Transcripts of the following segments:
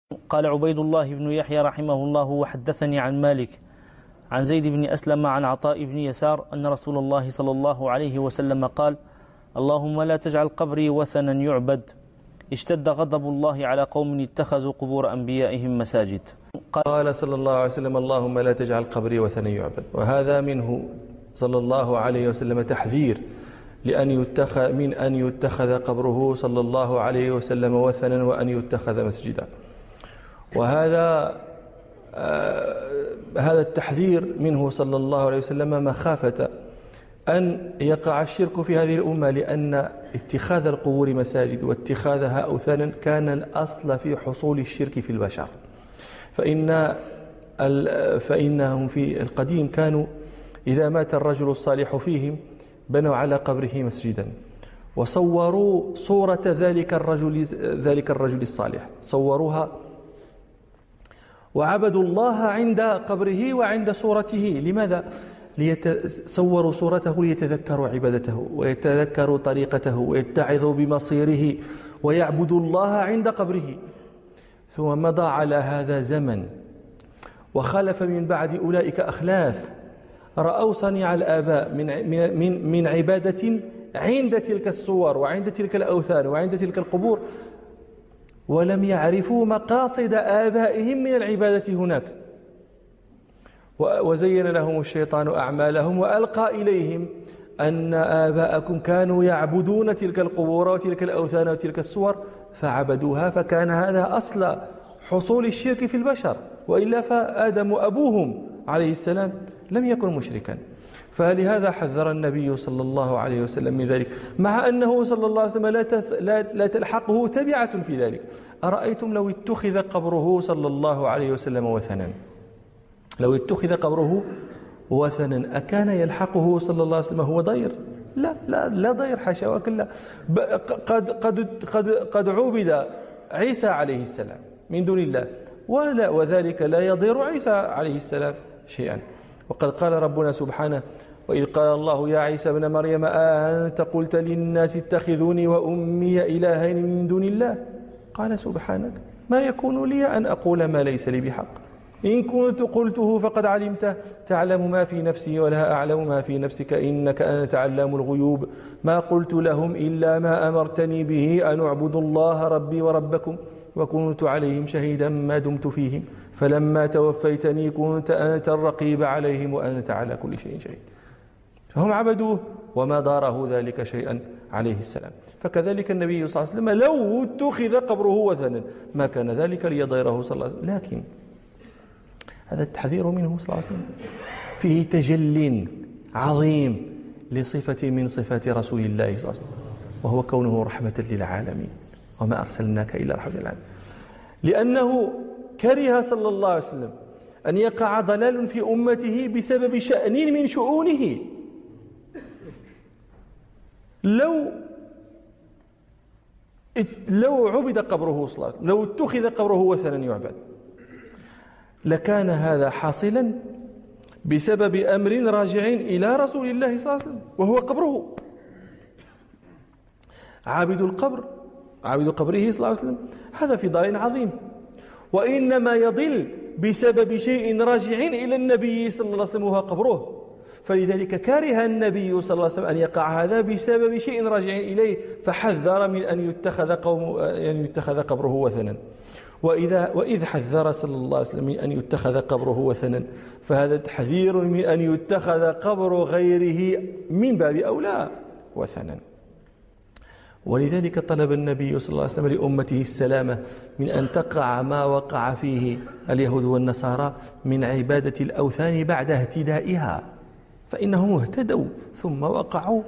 قال عبيد الله بن يحيى رحمه الله: وحدثني عن مالك عن زيد بن أسلم عن عطاء بن يسار أن رسول الله صلى الله عليه وسلم قال: اللهم لا تجعل قبري وثنا يعبد. اشتد غضب الله على قوم اتخذوا قبور أنبيائهم مساجد. قال صلى الله عليه وسلم: اللهم لا تجعل قبري وثنا يعبد. وهذا منه صلى الله عليه وسلم تحذير من أن يتخذ قبره صلى الله عليه وسلم وثنا وأن يتخذ مسجدا. وهذا التحذير منه صلى الله عليه وسلم مخافة أن يقع الشرك في هذه الأمة، لأن اتخاذ القبور مساجد واتخاذها أوثانا كان الأصل في حصول الشرك في البشر. فإنهم في القديم كانوا إذا مات الرجل الصالح فيهم بنوا على قبره مسجدا، وصوروا صورة ذلك الرجل الصالح، صوروها وعبدوا الله عند قبره وعند صورته. لماذا؟ صوروا صورته ليتذكروا عبادته ويتذكروا طريقته ويتعظوا بمصيره ويعبدوا الله عند قبره. ثم مضى على هذا زمن وخلف من بعد أولئك أخلاف رأوا صنيع الآباء من عبادة عند تلك الصور وعند تلك الأوثان وعند تلك القبور، ولم يعرفوا مقاصد آبائهم من العبادة هناك. وزين لهم الشيطان أعمالهم وألقى إليهم أن آباءكم كانوا يعبدون تلك القبور وتلك الأوثان وتلك الصور فعبدوها، فكان هذا أصل حصول الشرك في البشر. وإلا فآدم أبوهم عليه السلام لم يكن مشركا. فلهذا حذر النبي صلى الله عليه وسلم من ذلك، مع أنه صلى الله عليه وسلم لا تلحقه تبعة في ذلك. أرأيتم لو اتخذ قبره صلى الله عليه وسلم وثنا، لو اتخذ قبره وثنا أكان يلحقه صلى الله عليه وسلم هو ضير؟ لا ضير، حاشا وكلا. قد عبد عيسى عليه السلام من دون الله، وذلك لا يضير عيسى عليه السلام شيئا. وقد قال ربنا سبحانه: وإذ قال الله يا عيسى ابن مريم أأنت قلت للناس اتخذوني وأمي إلهين من دون الله؟ قال سبحانك ما يكون لي أن أقول ما ليس لي بحق، إن كنت قلته فقد علمته، تعلم ما في نفسي ولا أعلم ما في نفسك إنك أنت علام الغيوب، ما قلت لهم إلا ما أمرتني به أن اعبدوا الله ربي وربكم وكنت عليهم شهيدا ما دمت فيهم فلما توفيتني كنت أنت الرقيب عليهم وأنت على كل شيء شهيد. فهم عبدوه وما ضاره ذلك شيئا عليه السلام. فكذلك النبي صلى الله عليه وسلم لو اتخذ قبره وثنا ما كان ذلك ليضيره صلى الله عليه وسلم، لكن هذا التحذير منه صلى الله عليه وسلم فيه تجل عظيم لصفة من صفات رسول الله صلى الله عليه وسلم، وهو كونه رحمة للعالمين، وما أرسلناك إلا رحمة للعالمين. لأنه كره صلى الله عليه وسلم أن يقع ضلال في أمته بسبب شأن من شؤونه. لو عبد قبره صلى الله عليه وسلم، لو اتخذ قبره وثنا يعبد، لكان هذا حاصلا بسبب أمر راجع إلى رسول الله صلى الله عليه وسلم وهو قبره. عابد قبره صلى الله عليه وسلم هذا في ضلال عظيم، وإنما يضل بسبب شيء راجع إلى النبي صلى الله عليه وسلم وهو قبره. فلذلك كره النبي صلى الله عليه وسلم أن يقع هذا بسبب شيء راجع إليه، فحذر من أن يتخذ قبره وثنا. وإذ حذر صلى الله عليه وسلم من أن يتخذ قبره وثنا، فهذا تحذير من أن يتخذ قبر غيره من باب أولى وثنا. ولذلك طلب النبي صلى الله عليه وسلم لأمته السلامة من أن تقع ما وقع فيه اليهود والنصارى من عبادة الأوثان بعد اهتدائها، فإنهم اهتدوا ثم وقعوا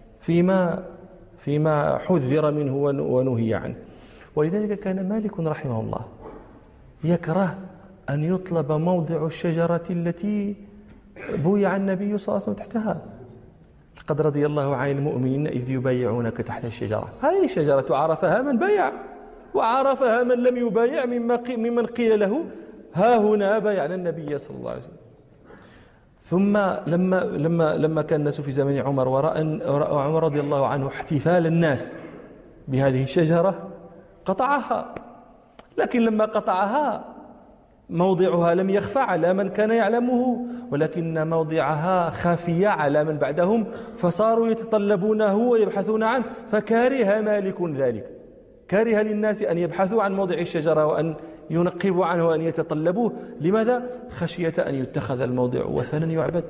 فيما حذر منه ونهي عنه. ولذلك كان مالك رحمه الله يكره أن يطلب موضع الشجرة التي بويع النبي صلى الله عليه وسلم تحتها. لقد رضي الله عن المؤمنين إذ يبايعونك تحت الشجرة. هذه الشجرة عرفها من بايع وعرفها من لم يبايع ممن قيل له ها هنا بايعنا النبي صلى الله عليه وسلم. ثم لما كان الناس في زمن عمر ورأى عمر رضي الله عنه احتفال الناس بهذه الشجرة قطعها، لكن لما قطعها موضعها لم يخفى على من كان يعلمه، ولكن موضعها خافية على من بعدهم، فصاروا يتطلبونه ويبحثون عنه، فكره مالك ذلك، كره للناس أن يبحثوا عن موضع الشجرة وأن ينقبوا عنه وأن يتطلبوه. لماذا؟ خشية أن يتخذ الموضع وثنا يعبد.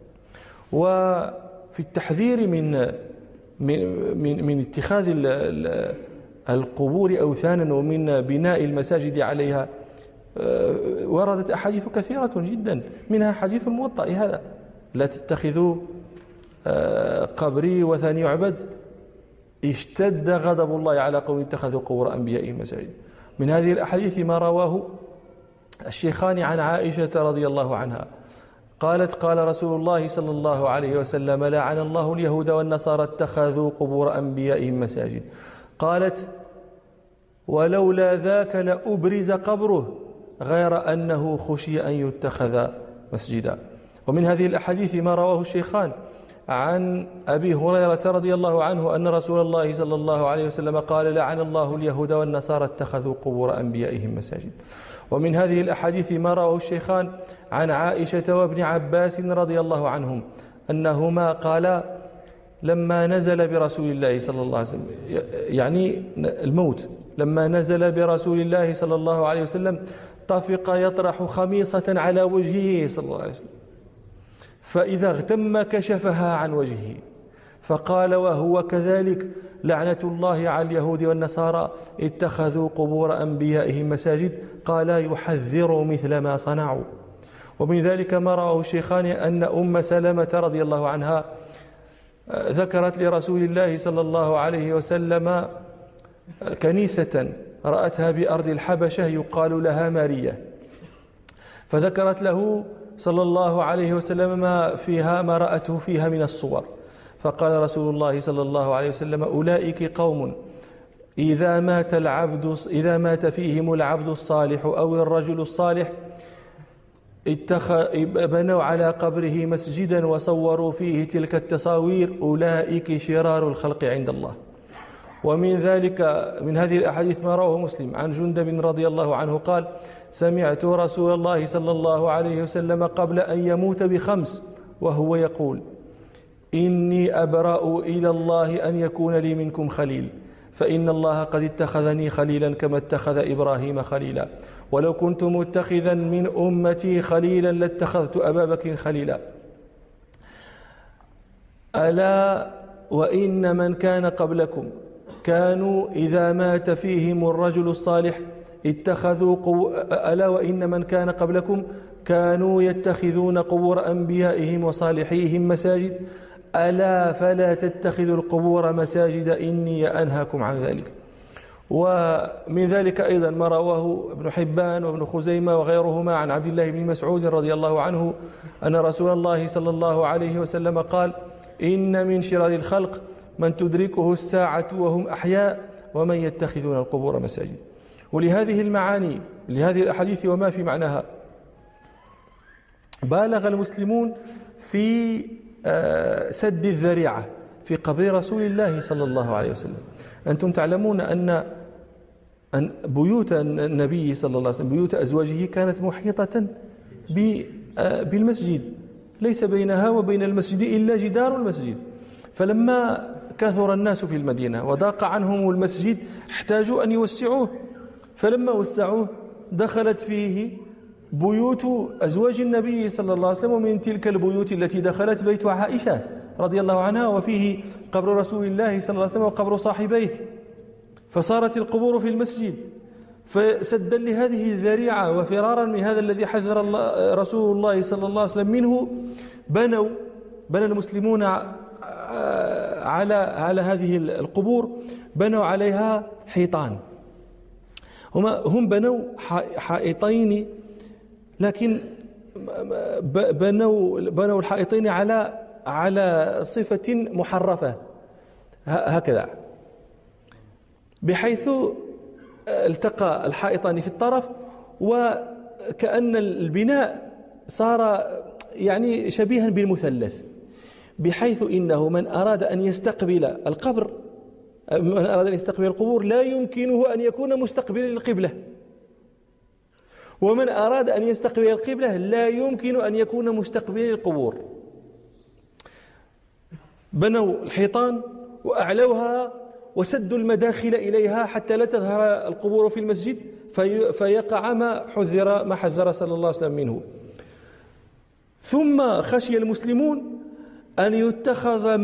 وفي التحذير من اتخاذ القبور أوثانا ومن بناء المساجد عليها وردت أحاديث كثيرة جدا، منها حديث الموطأ هذا: لا تتخذوا قبري وثن يعبد، اشتد غضب الله على قوم اتخذوا قبور أنبيائهم مساجد. من هذه الأحاديث ما رواه الشيخان عن عائشة رضي الله عنها قالت: قال رسول الله صلى الله عليه وسلم: لعن الله اليهود والنصارى اتخذوا قبور أنبيائهم مساجد. قالت: ولولا ذاك لأبرز قبره غير أنه خشي أن يتخذ مسجدا. ومن هذه الأحاديث ما رواه الشيخان عن أبي هريرة رضي الله عنه أن رسول الله صلى الله عليه وسلم قال: لعن الله اليهود والنصارى اتخذوا قبور أنبيائهم مساجد. ومن هذه الأحاديث ما رواه الشيخان عن عائشة وابن عباس رضي الله عنهم أنهما قالا: لما نزل برسول الله صلى الله عليه وسلم، يعني الموت، لما نزل برسول الله صلى الله عليه وسلم طفق يطرح خميصة على وجهه صلى الله عليه وسلم، فإذا اغتم كشفها عن وجهه، فقال وهو كذلك: لعنة الله على اليهود والنصارى اتخذوا قبور أنبيائهم مساجد. قال: يحذر مثل ما صنعوا. ومن ذلك ما رواه الشيخان أن أم سلمة رضي الله عنها ذكرت لرسول الله صلى الله عليه وسلم كنيسة رأتها بأرض الحبشة يقال لها مارية، فذكرت له صلى الله عليه وسلم ما رأته فيها من الصور، فقال رسول الله صلى الله عليه وسلم: أولئك قوم إذا مات فيهم العبد الصالح أو الرجل الصالح بنوا على قبره مسجدا وصوروا فيه تلك التصاوير، أولئك شرار الخلق عند الله. ومن ذلك من هذه الأحاديث ما رواه مسلم عن جندب رضي الله عنه قال: سمعت رسول الله صلى الله عليه وسلم قبل أن يموت ب5 وهو يقول: إني أبرأ إلى الله أن يكون لي منكم خليل، فإن الله قد اتخذني خليلا كما اتخذ إبراهيم خليلا، ولو كنت متخذا من أمتي خليلا لاتخذت أبا بكر خليلا. ألا وإن من كان قبلكم كانوا إذا مات فيهم الرجل الصالح ألا وإن من كان قبلكم كانوا يتخذون قبور أنبيائهم وصالحيهم مساجد، ألا فلا تتخذوا القبور مساجد إني أنهاكم عن ذلك. ومن ذلك أيضا ما رواه ابن حبان وابن خزيمة وغيرهما عن عبد الله بن مسعود رضي الله عنه أن رسول الله صلى الله عليه وسلم قال: إن من شرار الخلق من تدركه الساعة وهم أحياء ومن يتخذون القبور مساجد. ولهذه المعاني لهذه الأحاديث وما في معناها بالغ المسلمون في سد الذريعة في قبر رسول الله صلى الله عليه وسلم. أنتم تعلمون أن بيوت النبي صلى الله عليه وسلم، بيوت أزواجه كانت محيطة بالمسجد، ليس بينها وبين المسجد إلا جدار المسجد. فلما كثر الناس في المدينة وضاق عنهم المسجد احتاجوا أن يوسعوه، فلما وسعوه دخلت فيه بيوت أزواج النبي صلى الله عليه وسلم، ومن تلك البيوت التي دخلت بيت عائشة رضي الله عنها، وفيه قبر رسول الله صلى الله عليه وسلم وقبر صاحبيه، فصارت القبور في المسجد. فسدا لهذه الذريعة وفرارا من هذا الذي حذر رسول الله صلى الله عليه وسلم منه، بنى المسلمون على هذه القبور بنوا عليها حيطان. هم بنوا حائطين، لكن بنوا الحائطين على صفة محرفة هكذا، بحيث التقى الحائطان في الطرف، وكأن البناء صار يعني شبيها بالمثلث، بحيث إنه من أراد أن يستقبل القبر، من أراد أن يستقبل القبور لا يمكنه أن يكون مستقبلا للقبلة، ومن أراد أن يستقبل القبلة لا يمكن أن يكون مستقبلا القبور. بنوا الحيطان وأعلوها وسدوا المداخل إليها حتى لا تظهر القبور في المسجد فيقع ما حذر صلى الله عليه وسلم منه. ثم خشي المسلمون أن يتخذ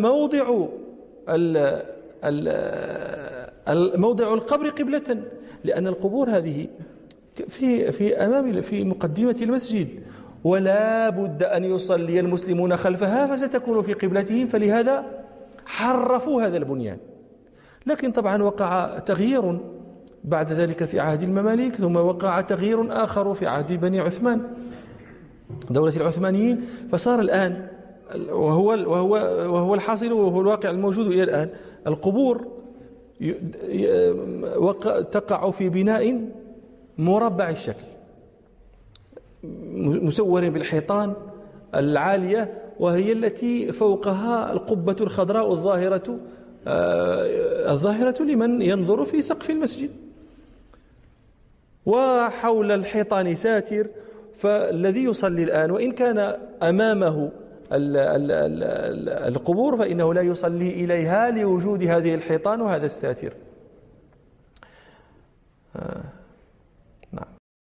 موضع القبر قبلة، لأن القبور هذه في مقدمة المسجد، ولا بد أن يصلي المسلمون خلفها فستكون في قبلتهم، فلهذا حرفوا هذا البنيان. لكن طبعا وقع تغيير بعد ذلك في عهد المماليك، ثم وقع تغيير آخر في عهد بني عثمان دولة العثمانيين، فصار الآن وهو الحاصل وهو الواقع الموجود إلى الآن، القبور تقع في بناء مربع الشكل مسور بالحيطان العالية، وهي التي فوقها القبة الخضراء الظاهرة لمن ينظر في سقف المسجد، وحول الحيطان ساتر. فالذي يصلي الآن وإن كان أمامه القبور فإنه لا يصلي إليها لوجود هذه الحيطان وهذا الساتر.